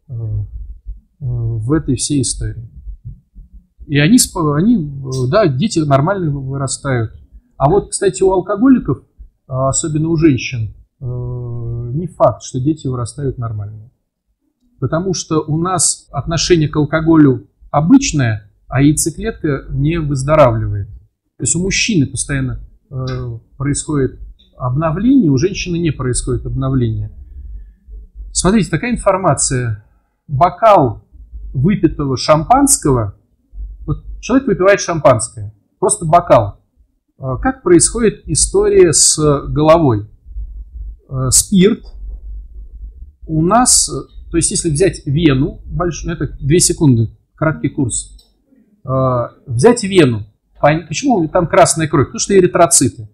в этой всей истории. И они, они, да, дети нормально вырастают. А вот, кстати, у алкоголиков, особенно у женщин, не факт, что дети вырастают нормально. Потому что у нас отношение к алкоголю обычное, а яйцеклетка не выздоравливает. То есть у мужчины постоянно э, происходит обновление, у женщины не происходит обновление. Смотрите, такая информация. Бокал выпитого шампанского, вот человек выпивает шампанское, просто бокал. Э, как происходит история с головой? Э, спирт у нас, то есть если взять вену, большую, это две секунды, краткий курс, э, взять вену. Почему там красная кровь? Потому что эритроциты.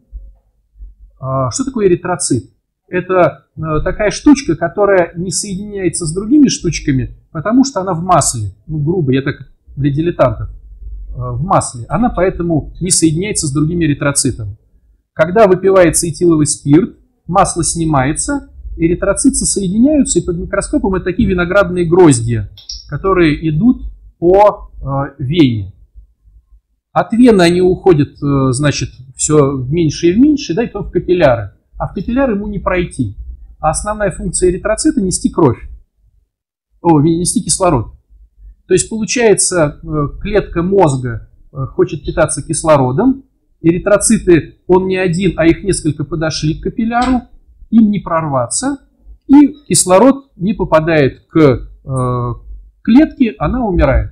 Что такое эритроцит? Это такая штучка, которая не соединяется с другими штучками, потому что она в масле. Ну, грубо, я так для дилетантов. В масле. Она поэтому не соединяется с другими эритроцитами. Когда выпивается этиловый спирт, масло снимается, эритроциты соединяются, и под микроскопом это такие виноградные гроздья, которые идут по вене. От вены они уходят, значит, все в меньше и в меньше, да, и потом в капилляры. А в капилляры ему не пройти. А основная функция эритроцита – нести кровь. О, нести кислород. То есть, получается, клетка мозга хочет питаться кислородом. Эритроциты, он не один, а их несколько подошли к капилляру. Им не прорваться. И кислород не попадает к клетке, она умирает.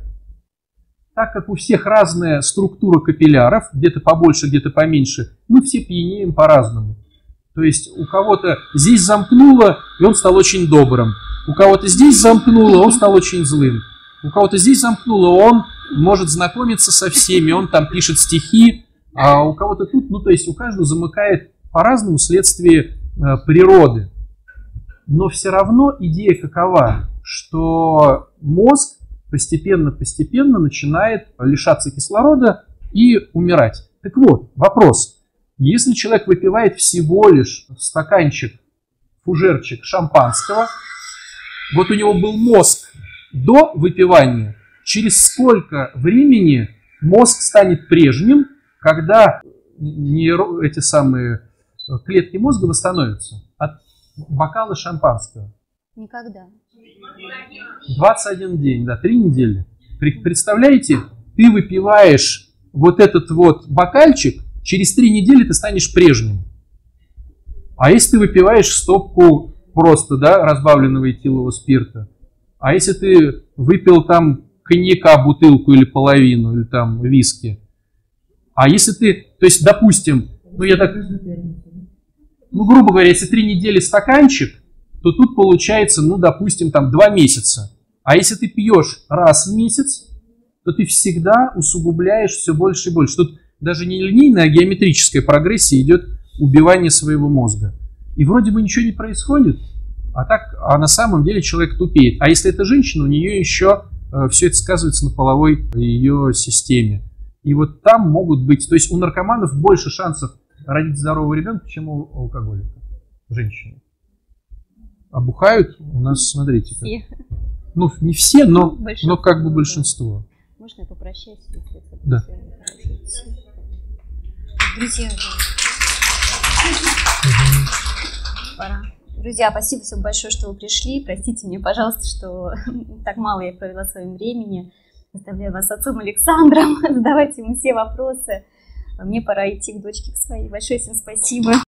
Так как у всех разная структура капилляров, где-то побольше, где-то поменьше, мы все пьянеем по-разному. То есть у кого-то здесь замкнуло, и он стал очень добрым. У кого-то здесь замкнуло, он стал очень злым. У кого-то здесь замкнуло, он может знакомиться со всеми, он там пишет стихи, а у кого-то тут, ну то есть у каждого замыкает по-разному вследствие э, природы. Но все равно идея какова, что мозг постепенно-постепенно начинает лишаться кислорода и умирать. Так вот, вопрос. Если человек выпивает всего лишь стаканчик, фужерчик шампанского, вот у него был мозг до выпивания, через сколько времени мозг станет прежним, когда нейро, эти самые клетки мозга восстановятся от бокала шампанского? Никогда. двадцать один день, да, три недели. Представляете, ты выпиваешь вот этот вот бокальчик, через три недели ты станешь прежним. А если ты выпиваешь стопку просто, да, разбавленного этилового спирта, а если ты выпил там коньяка бутылку или половину, или там виски. А если ты, то есть, допустим, ну я так, ну грубо говоря, если три недели стаканчик, то тут получается, ну допустим, там два месяца. А если ты пьешь раз в месяц, то ты всегда усугубляешь все больше и больше. Тут даже не линейная, а геометрическая прогрессия идет убивание своего мозга. И вроде бы ничего не происходит, а так, а на самом деле человек тупеет. А если это женщина, у нее еще э, все это сказывается на половой ее системе. И вот там могут быть, то есть у наркоманов больше шансов родить здорового ребенка, чем у алкоголика, женщины. А бухают у нас, смотрите, как. Ну, не все, но, но как бы большинство. Можно я попрощаюсь? Да. Друзья, пора. Друзья, спасибо всем большое, что вы пришли. Простите мне, пожалуйста, что так мало я провела своего времени. Оставляю вас с отцом Александром. Задавайте ему все вопросы. Мне пора идти к дочке к своей. Большое всем спасибо.